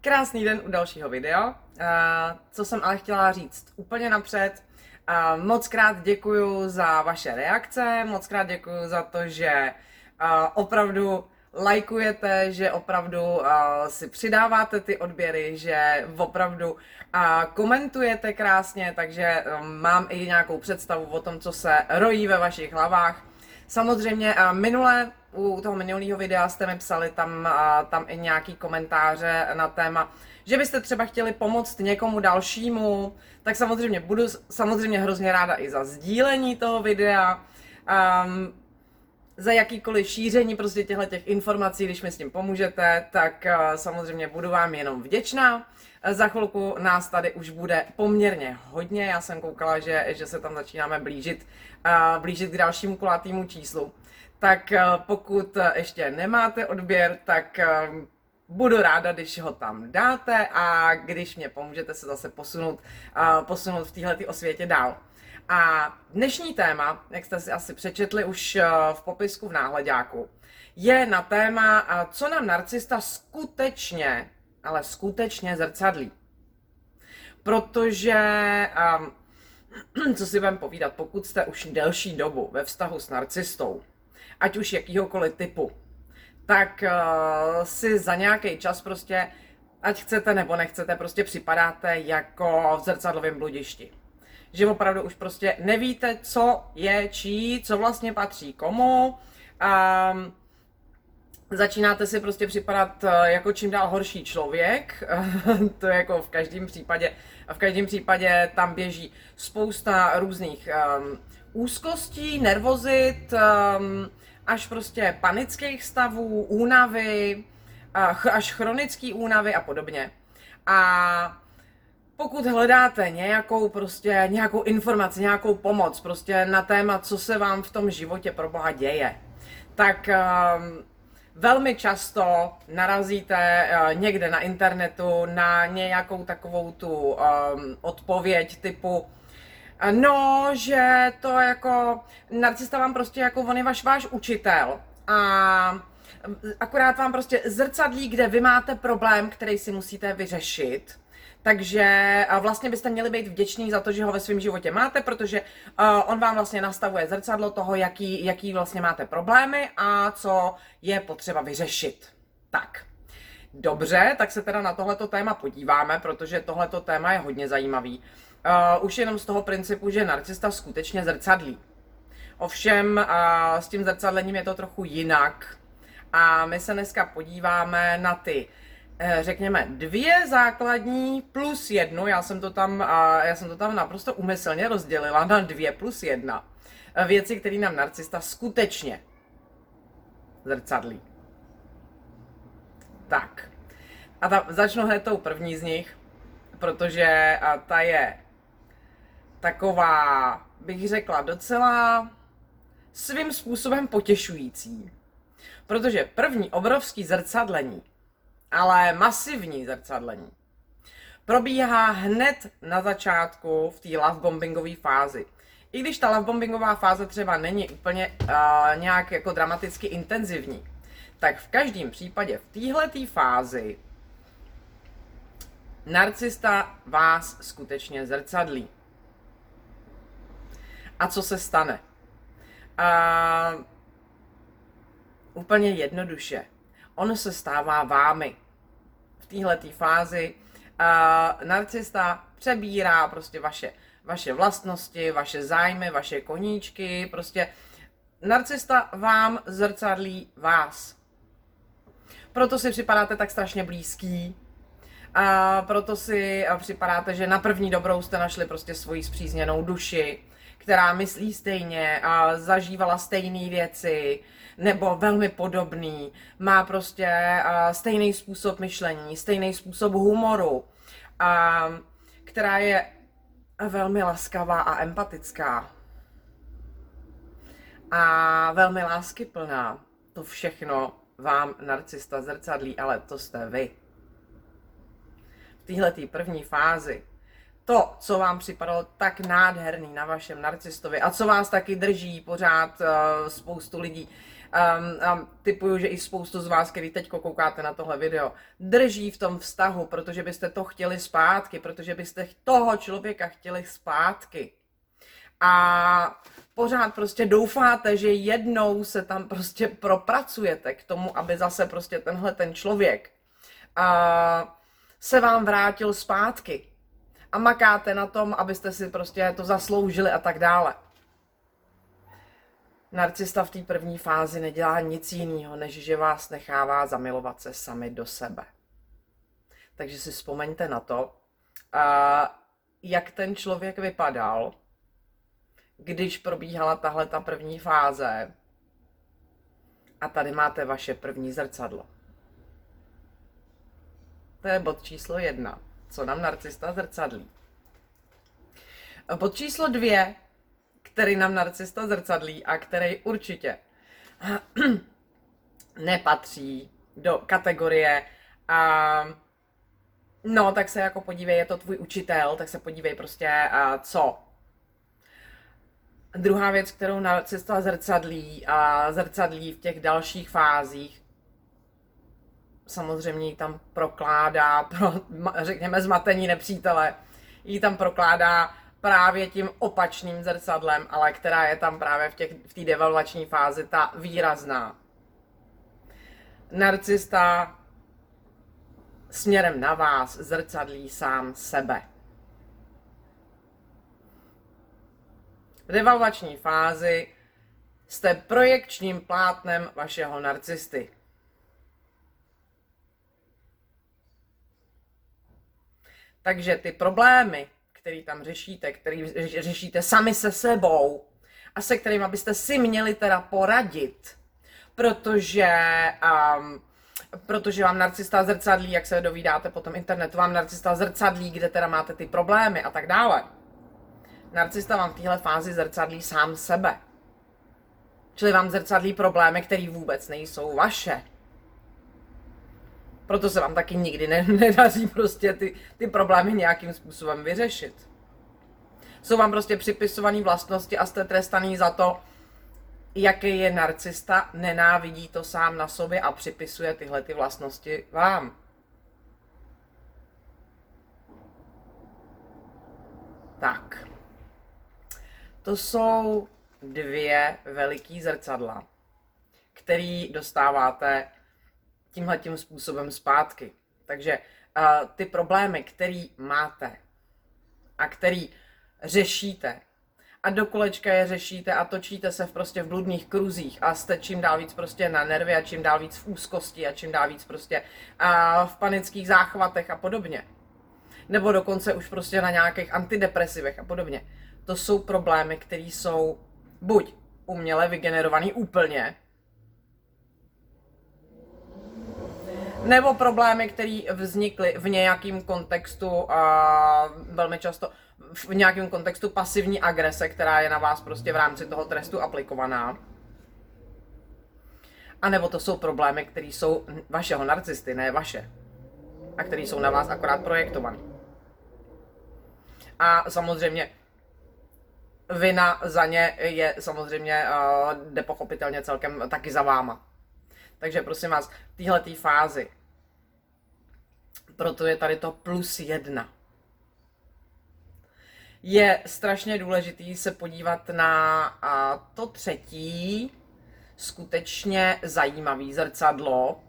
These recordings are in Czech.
Krásný den u dalšího videa. Co jsem ale chtěla říct úplně napřed, moc krát děkuju za vaše reakce, moc krát děkuju za to, že opravdu lajkujete, že opravdu si přidáváte ty odběry, že opravdu komentujete krásně, takže mám i nějakou představu o tom, co se rojí ve vašich hlavách. Samozřejmě minule, u toho minulého videa jste mi psali tam i nějaký komentáře na téma, že byste třeba chtěli pomoct někomu dalšímu, tak samozřejmě budu samozřejmě hrozně ráda i za sdílení toho videa, za jakýkoliv šíření prostě těch informací, když mi s tím pomůžete, tak samozřejmě budu vám jenom vděčná. Za chvilku nás tady už bude poměrně hodně, já jsem koukala, že se tam začínáme blížit k dalšímu kulatému číslu. Tak pokud ještě nemáte odběr, tak budu ráda, když ho tam dáte a když mě pomůžete se zase posunout v téhleté osvětě dál. A dnešní téma, jak jste si asi přečetli už v popisku v náhledáku, je na téma, co nám narcista skutečně, ale skutečně zrcadlí. Protože, co si budeme povídat, pokud jste už delší dobu ve vztahu s narcistou, ať už jakýhokoliv typu, tak si za nějaký čas prostě, ať chcete nebo nechcete, prostě připadáte jako v zrcadlovém bludišti. Že opravdu už prostě nevíte, co je čí, co vlastně patří komu. Začínáte si prostě připadat jako čím dál horší člověk. To je jako v každém případě tam běží spousta různých úzkostí, nervozit, až prostě panických stavů, únavy, až chronický únavy a podobně. A pokud hledáte nějakou informaci, nějakou pomoc prostě na téma, co se vám v tom životě pro Boha děje, tak velmi často narazíte někde na internetu na nějakou takovou tu odpověď typu no, že to jako narcista vám prostě jako on je váš učitel a akorát vám prostě zrcadlí, kde vy máte problém, který si musíte vyřešit. Takže vlastně byste měli být vděční za to, že ho ve svém životě máte, protože on vám vlastně nastavuje zrcadlo toho, jaký vlastně máte problémy a co je potřeba vyřešit. Tak, dobře, tak se teda na tohleto téma podíváme, protože tohleto téma je hodně zajímavý. Už jenom z toho principu, že narcista skutečně zrcadlí. Ovšem s tím zrcadlením je to trochu jinak a my se dneska podíváme na ty řekněme 2 základní plus 1, já jsem to tam naprosto úmyslně rozdělila na 2 plus 1 věci, které nám narcista skutečně zrcadlí. Tak, a začnu hned tou první z nich, protože ta je taková, bych řekla, docela svým způsobem potěšující. Protože první obrovský zrcadlení, ale masivní zrcadlení, probíhá hned na začátku v té lovebombingové fázi. I když ta lovebombingová fáze třeba není úplně nějak jako dramaticky intenzivní, tak v každém případě v téhleté fázi narcista vás skutečně zrcadlí. A co se stane? Úplně jednoduše. On se stává vámi. V téhleté fázi narcista přebírá prostě vaše vlastnosti, vaše zájmy, vaše koníčky, prostě narcista vám zrcadlí vás. Proto si připadáte tak strašně blízký, a proto si připadáte, že na první dobrou jste našli prostě svoji spřízněnou duši, která myslí stejně a zažívala stejné věci, nebo velmi podobný, má prostě stejný způsob myšlení, stejný způsob humoru, která je velmi laskavá a empatická a velmi láskyplná. To všechno vám narcista zrcadlí, ale to jste vy. V téhletý první fázi to, co vám připadalo tak nádherný na vašem narcistovi a co vás taky drží pořád spoustu lidí Typuju, že i spoustu z vás, který teď koukáte na tohle video, drží v tom vztahu, protože byste to chtěli zpátky, protože byste toho člověka chtěli zpátky. A pořád prostě doufáte, že jednou se tam prostě propracujete k tomu, aby zase prostě tenhle ten člověk se vám vrátil zpátky. A makáte na tom, abyste si prostě to zasloužili a tak dále. Narcista v té první fázi nedělá nic jiného, než že vás nechává zamilovat se sami do sebe. Takže si vzpomeňte na to, jak ten člověk vypadal, když probíhala tahle ta první fáze. A tady máte vaše první zrcadlo. To je bod číslo 1. Co nám narcista zrcadlí. Bod číslo 2, který nám narcista zrcadlí a který určitě nepatří do kategorie no, tak se jako podívej, je to tvůj učitel, tak se podívej prostě co. Druhá věc, kterou narcista zrcadlí v těch dalších fázích, samozřejmě ji tam prokládá pro, řekněme, zmatení nepřítele, ji tam prokládá právě tím opačným zrcadlem, ale která je tam právě v té devalvační fázi ta výrazná. Narcista směrem na vás zrcadlí sám sebe. V devalvační fázi jste projekčním plátnem vašeho narcisty. Takže ty problémy, které tam řešíte, které řešíte sami se sebou a se kterými byste si měli teda poradit, protože vám narcista zrcadlí, jak se dovídáte po tom internetu, vám narcista zrcadlí, kde teda máte ty problémy a tak dále. Narcista vám v téhle fázi zrcadlí sám sebe. Čili vám zrcadlí problémy, které vůbec nejsou vaše. Proto se vám taky nikdy nedaří prostě ty problémy nějakým způsobem vyřešit. Jsou vám prostě připisované vlastnosti a jste trestaný za to, jaký je narcista, nenávidí to sám na sobě a připisuje tyhle ty vlastnosti vám. Tak. To jsou 2 veliký zrcadla, který dostáváte tímhletím způsobem zpátky. Takže ty problémy, který máte a který řešíte a do kolečka je řešíte a točíte se prostě v bludných kruzích a jste čím dál víc prostě na nervy a čím dál víc v úzkosti a čím dál víc prostě v panických záchvatech a podobně. Nebo dokonce už prostě na nějakých antidepresivech a podobně. To jsou problémy, které jsou buď uměle vygenerovaný úplně, nebo problémy, které vznikly v nějakém kontextu, velmi často v nějakém kontextu pasivní agrese, která je na vás prostě v rámci toho trestu aplikovaná. A nebo to jsou problémy, které jsou vašeho narcisty, ne vaše. A které jsou na vás akorát projektované. A samozřejmě vina za ně je samozřejmě jde pochopitelně celkem taky za váma. Takže prosím vás, v téhletý fázi, proto je tady to +1. Je strašně důležitý se podívat na to 3. skutečně zajímavý zrcadlo.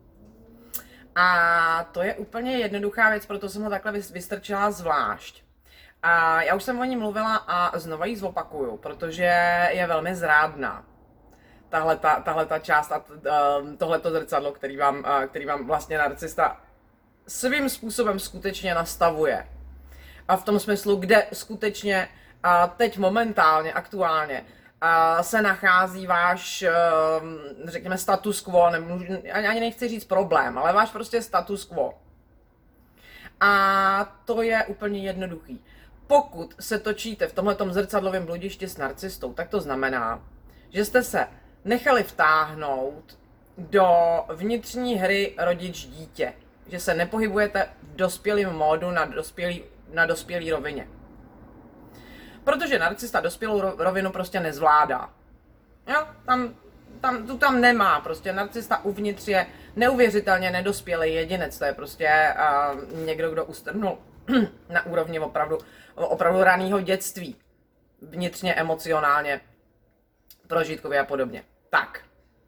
A to je úplně jednoduchá věc, proto jsem ho takhle vystrčila zvlášť. A já už jsem o ní mluvila a znova ji zopakuju, protože je velmi zrádná. Tahle ta část a tohleto zrcadlo, který vám vlastně narcista svým způsobem skutečně nastavuje. A v tom smyslu, kde skutečně teď momentálně, aktuálně se nachází váš, řekněme, status quo, ani nechci říct problém, ale váš prostě status quo. A to je úplně jednoduchý. Pokud se točíte v tomhletom zrcadlovém bludišti s narcistou, tak to znamená, že jste se nechali vtáhnout do vnitřní hry rodič-dítě. Že se nepohybujete v dospělém módu na dospělý rovině. Protože narcista dospělou rovinu prostě nezvládá. Jo, tam tam nemá, prostě narcista uvnitř je neuvěřitelně nedospělý jedinec, to je prostě někdo, kdo ustrnul na úrovni opravdu raného dětství, vnitřně, emocionálně, prožitkově a podobně. Tak.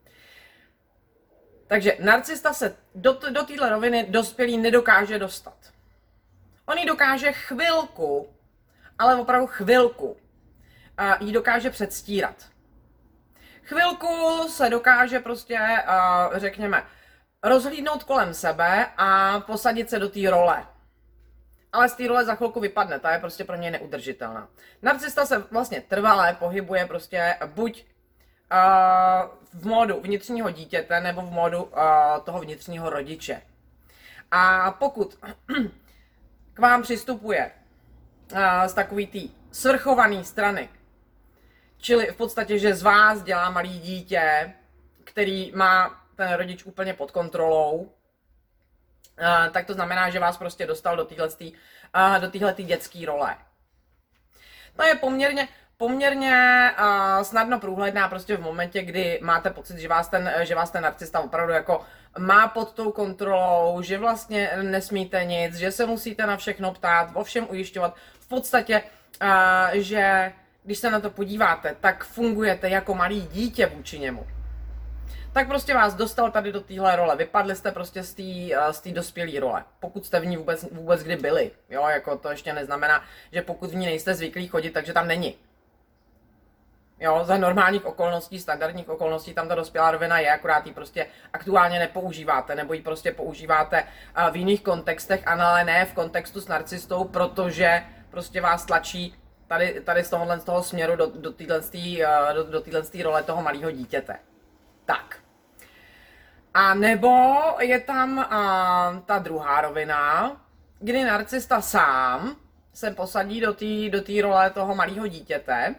Takže narcista se do téhle roviny dospělý nedokáže dostat. On ji dokáže chvilku, ale opravdu chvilku, ji dokáže předstírat. Chvilku se dokáže prostě, řekněme, rozhlídnout kolem sebe a posadit se do té role. Ale z té role za chvilku vypadne, ta je prostě pro něj neudržitelná. Narcista se vlastně trvale pohybuje prostě buď v módu vnitřního dítěte nebo v módu toho vnitřního rodiče. A pokud k vám přistupuje z takový té svrchované strany, čili v podstatě, že z vás dělá malý dítě, který má ten rodič úplně pod kontrolou, tak to znamená, že vás prostě dostal do téhletý dětské role. To je poměrně snadno průhledná prostě v momentě, kdy máte pocit, že vás ten narcista opravdu jako má pod tou kontrolou, že vlastně nesmíte nic, že se musíte na všechno ptát, o všem ujišťovat. V podstatě, že když se na to podíváte, tak fungujete jako malý dítě vůči němu. Tak prostě vás dostal tady do téhle role, vypadli jste prostě z té dospělé role, pokud jste v ní vůbec kdy byli, jo, jako to ještě neznamená, že pokud v ní nejste zvyklí chodit, takže tam není. Jo, za normálních okolností, standardních okolností tam ta dospělá rovina je, akorát ji prostě aktuálně nepoužíváte, nebo ji prostě používáte v jiných kontextech, ale ne v kontextu s narcistou, protože prostě vás tlačí tady z toho směru do téhle role toho malého dítěte. Tak. A nebo je tam ta druhá rovina, kdy narcista sám se posadí do té role toho malého dítěte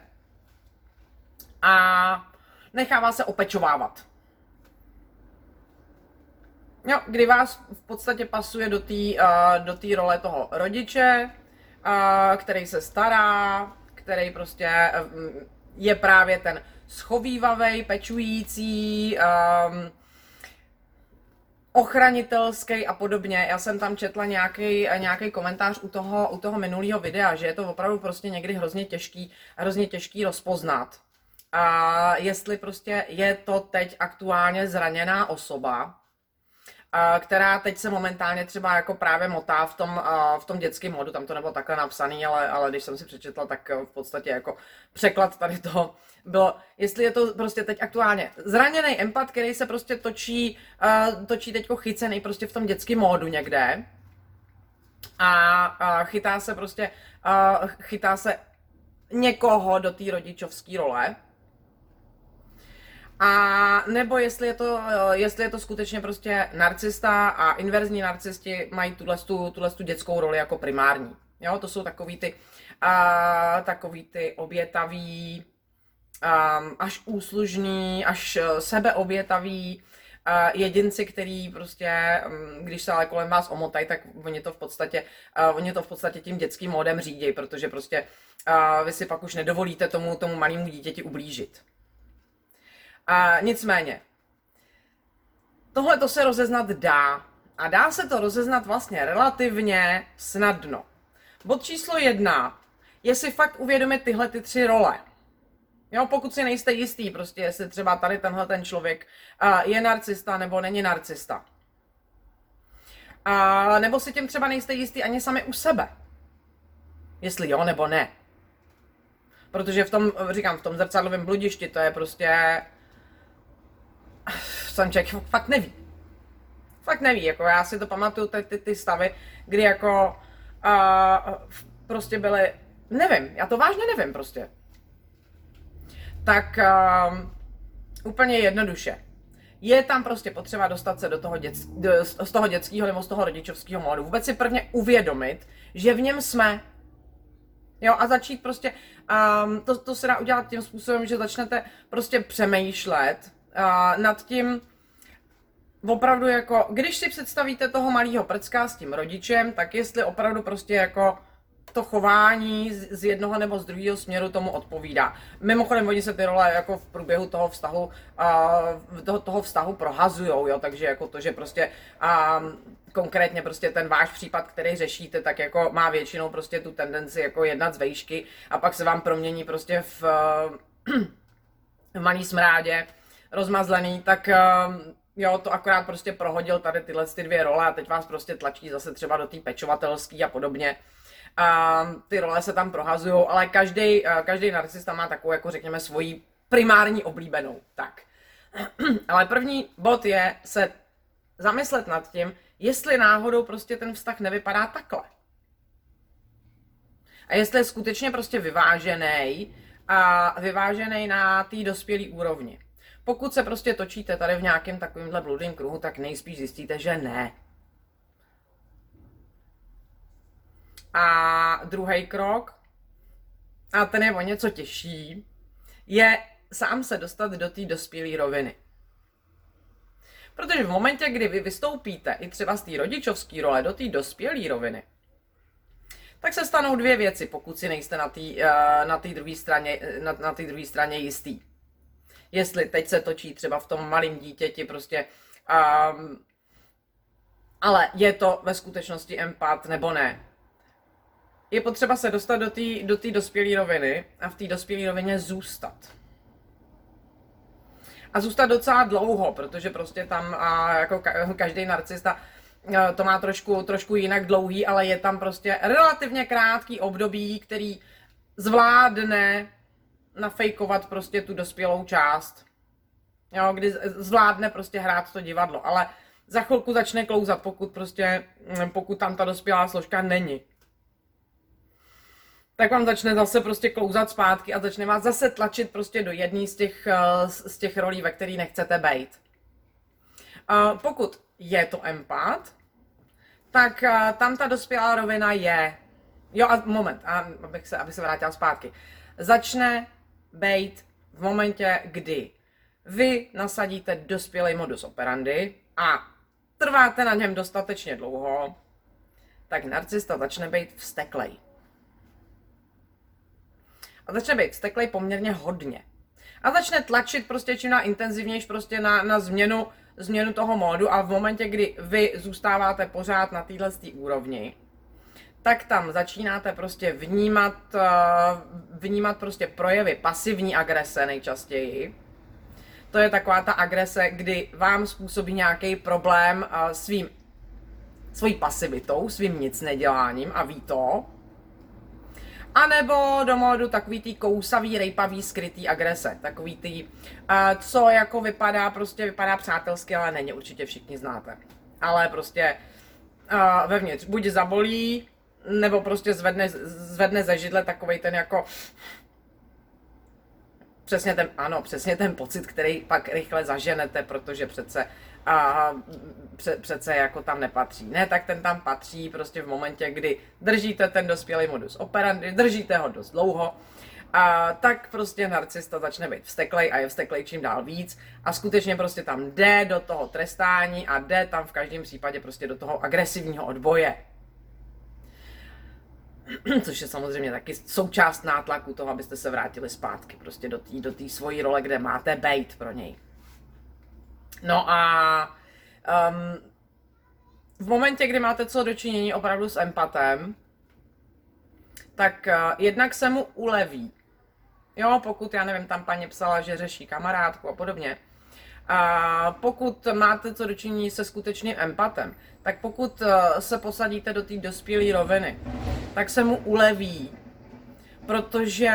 a nechává se opečovávat. Jo, kdy vás v podstatě pasuje do té role toho rodiče, který se stará, který prostě je právě ten schovívavej, pečující, ochranitelský a podobně. Já jsem tam četla nějaký komentář u toho minulého videa, že je to opravdu prostě někdy hrozně těžký rozpoznat. A jestli prostě je to teď aktuálně zraněná osoba, která teď se momentálně třeba jako právě motá v tom dětském modu, tam to nebylo takhle napsaný, ale když jsem si přečetla, tak v podstatě jako překlad tady toho bylo, jestli je to prostě teď aktuálně zraněný empat, který se prostě točí teďko chycený prostě v tom dětském módu někde a chytá se někoho do té rodičovské role. A nebo jestli je to skutečně prostě narcista a inverzní narcisti mají tuhle dětskou roli jako primární. Jo, to jsou takový ty obětaví, až úslužný, až sebeobětaví jedinci, který prostě, když se ale kolem vás omotají, tak oni to v podstatě tím dětským módem řídí, protože prostě vy si pak už nedovolíte tomu malému dítěti ublížit. Nicméně, tohle to se rozeznat dá. A dá se to rozeznat vlastně relativně snadno. Bod číslo 1 je si fakt uvědomit tyhle ty 3 role. Jo, pokud si nejste jistý, prostě jestli třeba tady ten člověk je narcista nebo není narcista. Nebo si tím třeba nejste jistý ani sami u sebe. Jestli jo nebo ne. Protože v tom zrcadlovém bludišti to je prostě... Jsem člověk fakt neví. Fakt neví, jako já si to pamatuju ty stavy, kdy jako prostě byly, nevím, já to vážně nevím prostě. Tak úplně jednoduše. Je tam prostě potřeba dostat se z toho dětského nebo z toho rodičovského módu. Vůbec si prvně uvědomit, že v něm jsme. Jo, a začít prostě, to se dá udělat tím způsobem, že začnete prostě přemýšlet nad tím, opravdu jako, když si představíte toho malého prcka s tím rodičem, tak jestli opravdu prostě jako to chování z jednoho nebo z druhého směru tomu odpovídá. Mimochodem, oni se ty role jako v průběhu toho vztahu, toho vztahu prohazujou, jo, takže jako to, že prostě konkrétně prostě ten váš případ, který řešíte, tak jako má většinou prostě tu tendenci jako jednat z vejšky a pak se vám promění prostě v malý smrádě, rozmazlený, tak jo, to akorát prostě prohodil tady tyhle ty dvě role a teď vás prostě tlačí zase třeba do té pečovatelský a podobně. Ty role se tam prohazují, ale každý narcista má takovou, jako řekněme, svoji primární oblíbenou. Tak. Ale první bod je se zamyslet nad tím, jestli náhodou prostě ten vztah nevypadá takhle. A jestli je skutečně prostě vyvážený na té dospělé úrovni. Pokud se prostě točíte tady v nějakém takovémhle bludném kruhu, tak nejspíš zjistíte, že ne. A druhý krok, a ten je o něco těžší, je sám se dostat do té dospělé roviny. Protože v momentě, kdy vy vystoupíte i třeba z té rodičovské role do té dospělé roviny, tak se stanou dvě věci, pokud si nejste na té druhé straně jistý. Jestli teď se točí třeba v tom malém dítěti prostě, ale je to ve skutečnosti empat nebo ne. Je potřeba se dostat do té dospělé roviny a v té dospělé rovině zůstat. A zůstat docela dlouho, protože prostě tam jako každý narcista to má trošku jinak dlouhý, ale je tam prostě relativně krátký období, který zvládne nafejkovat prostě tu dospělou část. Jo, kdy zvládne prostě hrát to divadlo, ale za chvilku začne klouzat, pokud tam ta dospělá složka není. Tak vám začne zase prostě klouzat zpátky a začne vás zase tlačit prostě do jedné z těch rolí, ve které nechcete být. Pokud je to empat, tak tam ta dospělá rovina je. Jo a moment, abych se vrátila zpátky. Začne být v momentě, kdy vy nasadíte dospělý modus operandi a trváte na něm dostatečně dlouho, tak narcista začne být vzteklej. A začne být vzteklej poměrně hodně. A začne tlačit prostě čím dál intenzivnější prostě na změnu toho módu a v momentě, kdy vy zůstáváte pořád na této úrovni, tak tam začínáte prostě vnímat prostě projevy pasivní agrese nejčastěji. To je taková ta agrese, kdy vám způsobí nějaký problém svojí pasivitou, svým nic neděláním a ví to. A nebo do módu takový ty kousavý, rejpavý, skrytý agrese. Takový ty, co jako vypadá přátelsky, ale není, určitě všichni znáte. Ale prostě vevnitř buď zabolí, nebo prostě zvedne ze židle takovej ten jako přesně ten pocit, který pak rychle zaženete, protože přece jako tam nepatří. Ne, tak ten tam patří prostě v momentě, kdy držíte ten dospělý modus operandi, držíte ho dost dlouho, tak prostě narcista začne být vzteklej a je vzteklej čím dál víc a skutečně prostě tam jde do toho trestání a jde tam v každém případě prostě do toho agresivního odboje. Což je samozřejmě taky součást nátlaku toho, abyste se vrátili zpátky prostě do té svojí role, kde máte bejt pro něj. No a v momentě, kdy máte co dočinění opravdu s empatem, tak jednak se mu uleví. Jo, pokud, já nevím, tam paní psala, že řeší kamarádku a podobně. A pokud máte co dočinění se skutečným empatem, tak pokud se posadíte do té dospělé roviny, tak se mu uleví, protože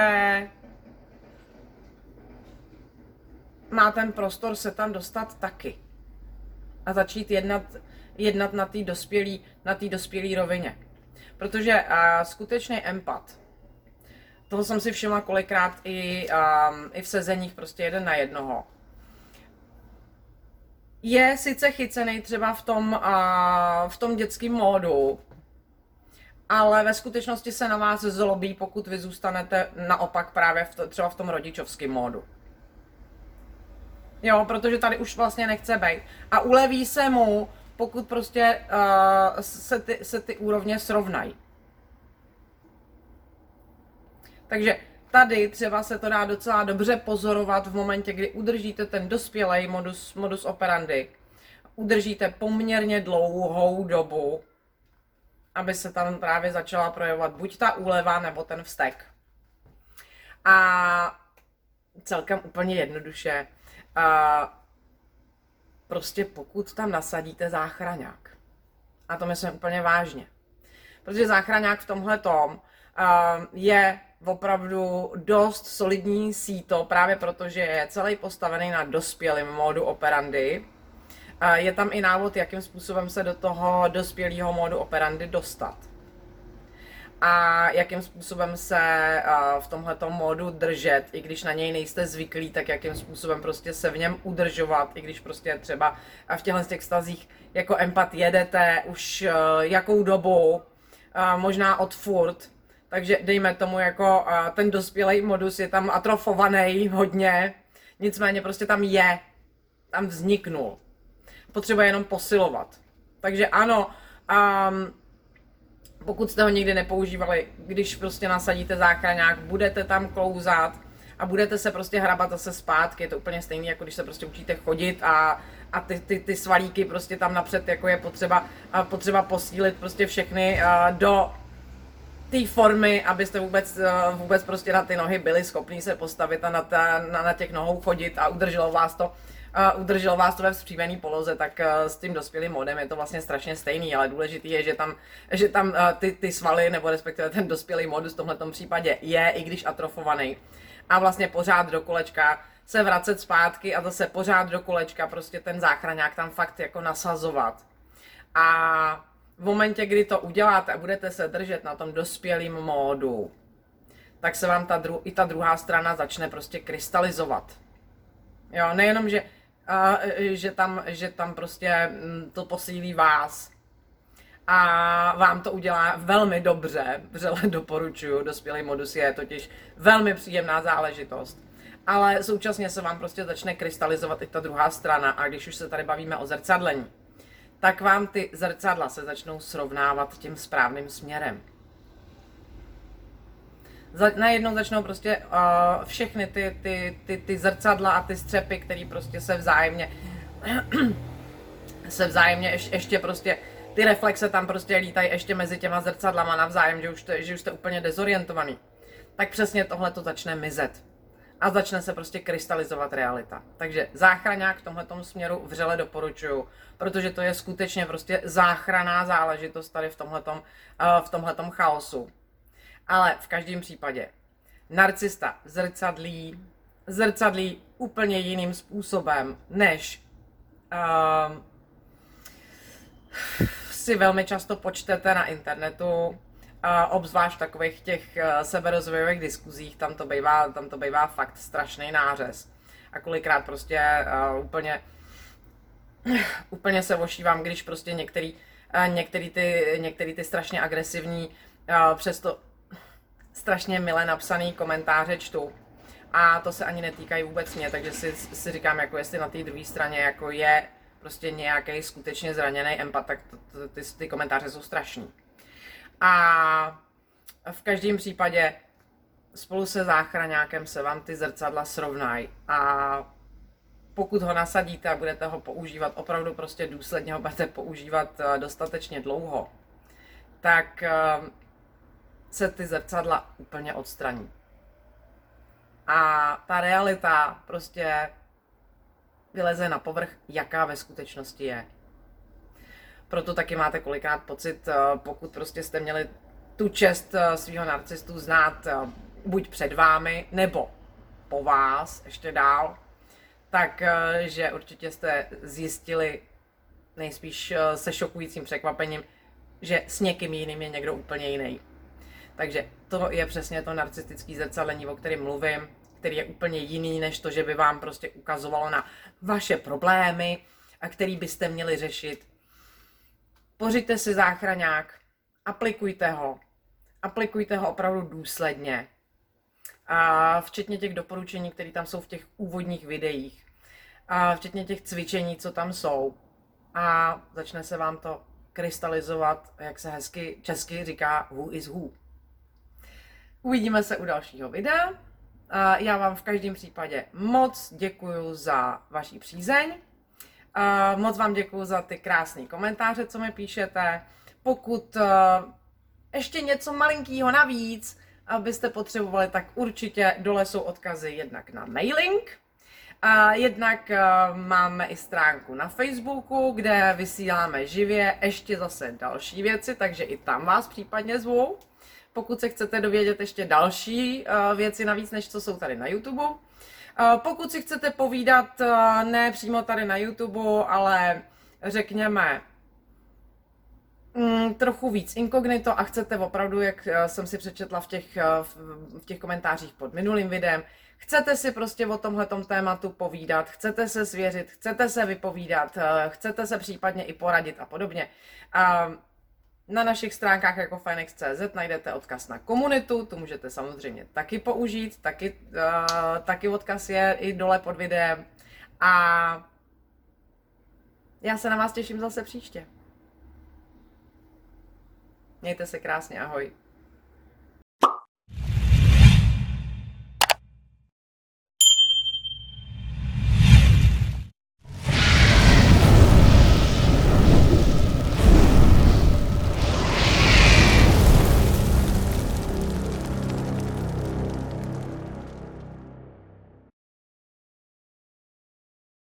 má ten prostor se tam dostat taky a začít jednat na té dospělé rovině. Protože skutečný empat, toho jsem si všimla kolikrát i v sezeních prostě jeden na jednoho, je sice chycený třeba v tom dětském módu, ale ve skutečnosti se na vás zlobí, pokud vy zůstanete naopak právě třeba v tom rodičovském módu. Jo, protože tady už vlastně nechce být. A uleví se mu, pokud prostě se ty úrovně srovnají. Takže tady třeba se to dá docela dobře pozorovat v momentě, kdy udržíte ten dospělej modus operandi. Udržíte poměrně dlouhou dobu, aby se tam právě začala projevovat buď ta úleva, nebo ten vztek. A celkem úplně jednoduše, prostě pokud tam nasadíte záchraňák, a to myslím úplně vážně, protože záchraňák v tomhletom je opravdu dost solidní síto, právě protože je celý postavený na dospělém módu operandi. Je tam i návod, jakým způsobem se do toho dospělého módu operandi dostat. A jakým způsobem se v tomhletom módu držet, i když na něj nejste zvyklí, tak jakým způsobem prostě se v něm udržovat, i když prostě třeba v těchto těch stazích jako empat jedete už jakou dobu, možná od furt, takže dejme tomu jako ten dospělý modus je tam atrofovaný hodně, nicméně prostě tam je, tam vzniknul. Potřeba jenom posilovat. Takže ano, pokud jste ho nikdy nepoužívali, když prostě nasadíte záchraňák, budete tam klouzat a budete se prostě hrabat zase zpátky. Je to úplně stejné, jako když se prostě učíte chodit a ty svalíky prostě tam napřed, jako je potřeba posílit prostě všechny do té formy, abyste vůbec prostě na ty nohy byli schopní se postavit a na těch nohou chodit a udrželo vás to ve vzpřímený poloze, tak s tím dospělým modem je to vlastně strašně stejný, ale důležitý je, že tam ty svaly, nebo respektive ten dospělý modus v tomhletom případě je, i když atrofovaný. A vlastně pořád do kolečka se vracet zpátky a zase pořád do kolečka prostě ten záchraňák tam fakt jako nasazovat. A v momentě, kdy to uděláte a budete se držet na tom dospělým módu, tak se vám i ta druhá strana začne prostě krystalizovat. Jo, nejenom, že tam prostě to posílí vás a vám to udělá velmi dobře, vřele doporučuju, dospělý modus je totiž velmi příjemná záležitost, ale současně se vám prostě začne krystalizovat i ta druhá strana a když už se tady bavíme o zrcadlení, tak vám ty zrcadla se začnou srovnávat tím správným směrem. Najednou začnou prostě všechny ty zrcadla a ty střepy, které prostě se vzájemně ještě prostě ty reflexe tam prostě lítají ještě mezi těma zrcadlama navzájem, že už jste úplně dezorientovaný. Tak přesně tohle to začne mizet. A začne se prostě krystalizovat realita. Takže záchraňák v tomhletom směru vřele doporučuju, protože to je skutečně prostě záchranná záležitost tady v tomhletom chaosu. Ale v každém případě narcista zrcadlí úplně jiným způsobem, než si velmi často počtete na internetu, obzvlášť v takových těch seberozvojových diskuzích, tam to bývá fakt strašný nářez. A kolikrát prostě úplně se ošívám, když prostě některý ty strašně agresivní, přesto strašně milé napsaný komentáře čtu. A to se ani netýkají vůbec mě, takže si říkám, jako jestli na té druhé straně jako je prostě nějaký skutečně zraněný empat, tak ty komentáře jsou strašný. A v každém případě spolu se záchraňákem se vám ty zrcadla srovnají a pokud ho nasadíte a budete ho používat opravdu prostě důsledně, ho budete používat dostatečně dlouho, tak se ty zrcadla úplně odstraní. A ta realita prostě vyleze na povrch, jaká ve skutečnosti je. Proto taky máte kolikrát pocit, pokud prostě jste měli tu čest svého narcistu znát buď před vámi, nebo po vás, ještě dál, tak že určitě jste zjistili nejspíš se šokujícím překvapením, že s někým jiným je někdo úplně jiný. Takže to je přesně to narcistické zrcadlení, o kterém mluvím, který je úplně jiný, než to, že by vám prostě ukazovalo na vaše problémy, a který byste měli řešit. Pořiďte si záchraňák, aplikujte ho opravdu důsledně. A včetně těch doporučení, které tam jsou v těch úvodních videích. A včetně těch cvičení, co tam jsou. A začne se vám to krystalizovat, jak se hezky česky říká, who is who. Uvidíme se u dalšího videa. Já vám v každém případě moc děkuju za vaši přízeň. Moc vám děkuju za ty krásné komentáře, co mi píšete. Pokud ještě něco malinkýho navíc abyste potřebovali, tak určitě dole jsou odkazy jednak na mailing, a jednak máme i stránku na Facebooku, kde vysíláme živě ještě zase další věci, takže i tam vás případně zvu. Pokud se chcete dovědět ještě další věci navíc, než co jsou tady na YouTube. Pokud si chcete povídat ne přímo tady na YouTube, ale řekněme trochu víc inkognito a chcete opravdu, jak jsem si přečetla v těch komentářích pod minulým videem, chcete si prostě o tomhletom tématu povídat, chcete se svěřit, chcete se vypovídat, chcete se případně i poradit a podobně. Na našich stránkách jako Phoenix.cz najdete odkaz na komunitu, tu můžete samozřejmě taky použít, taky odkaz je i dole pod videem. A já se na vás těším zase příště. Mějte se krásně, ahoj.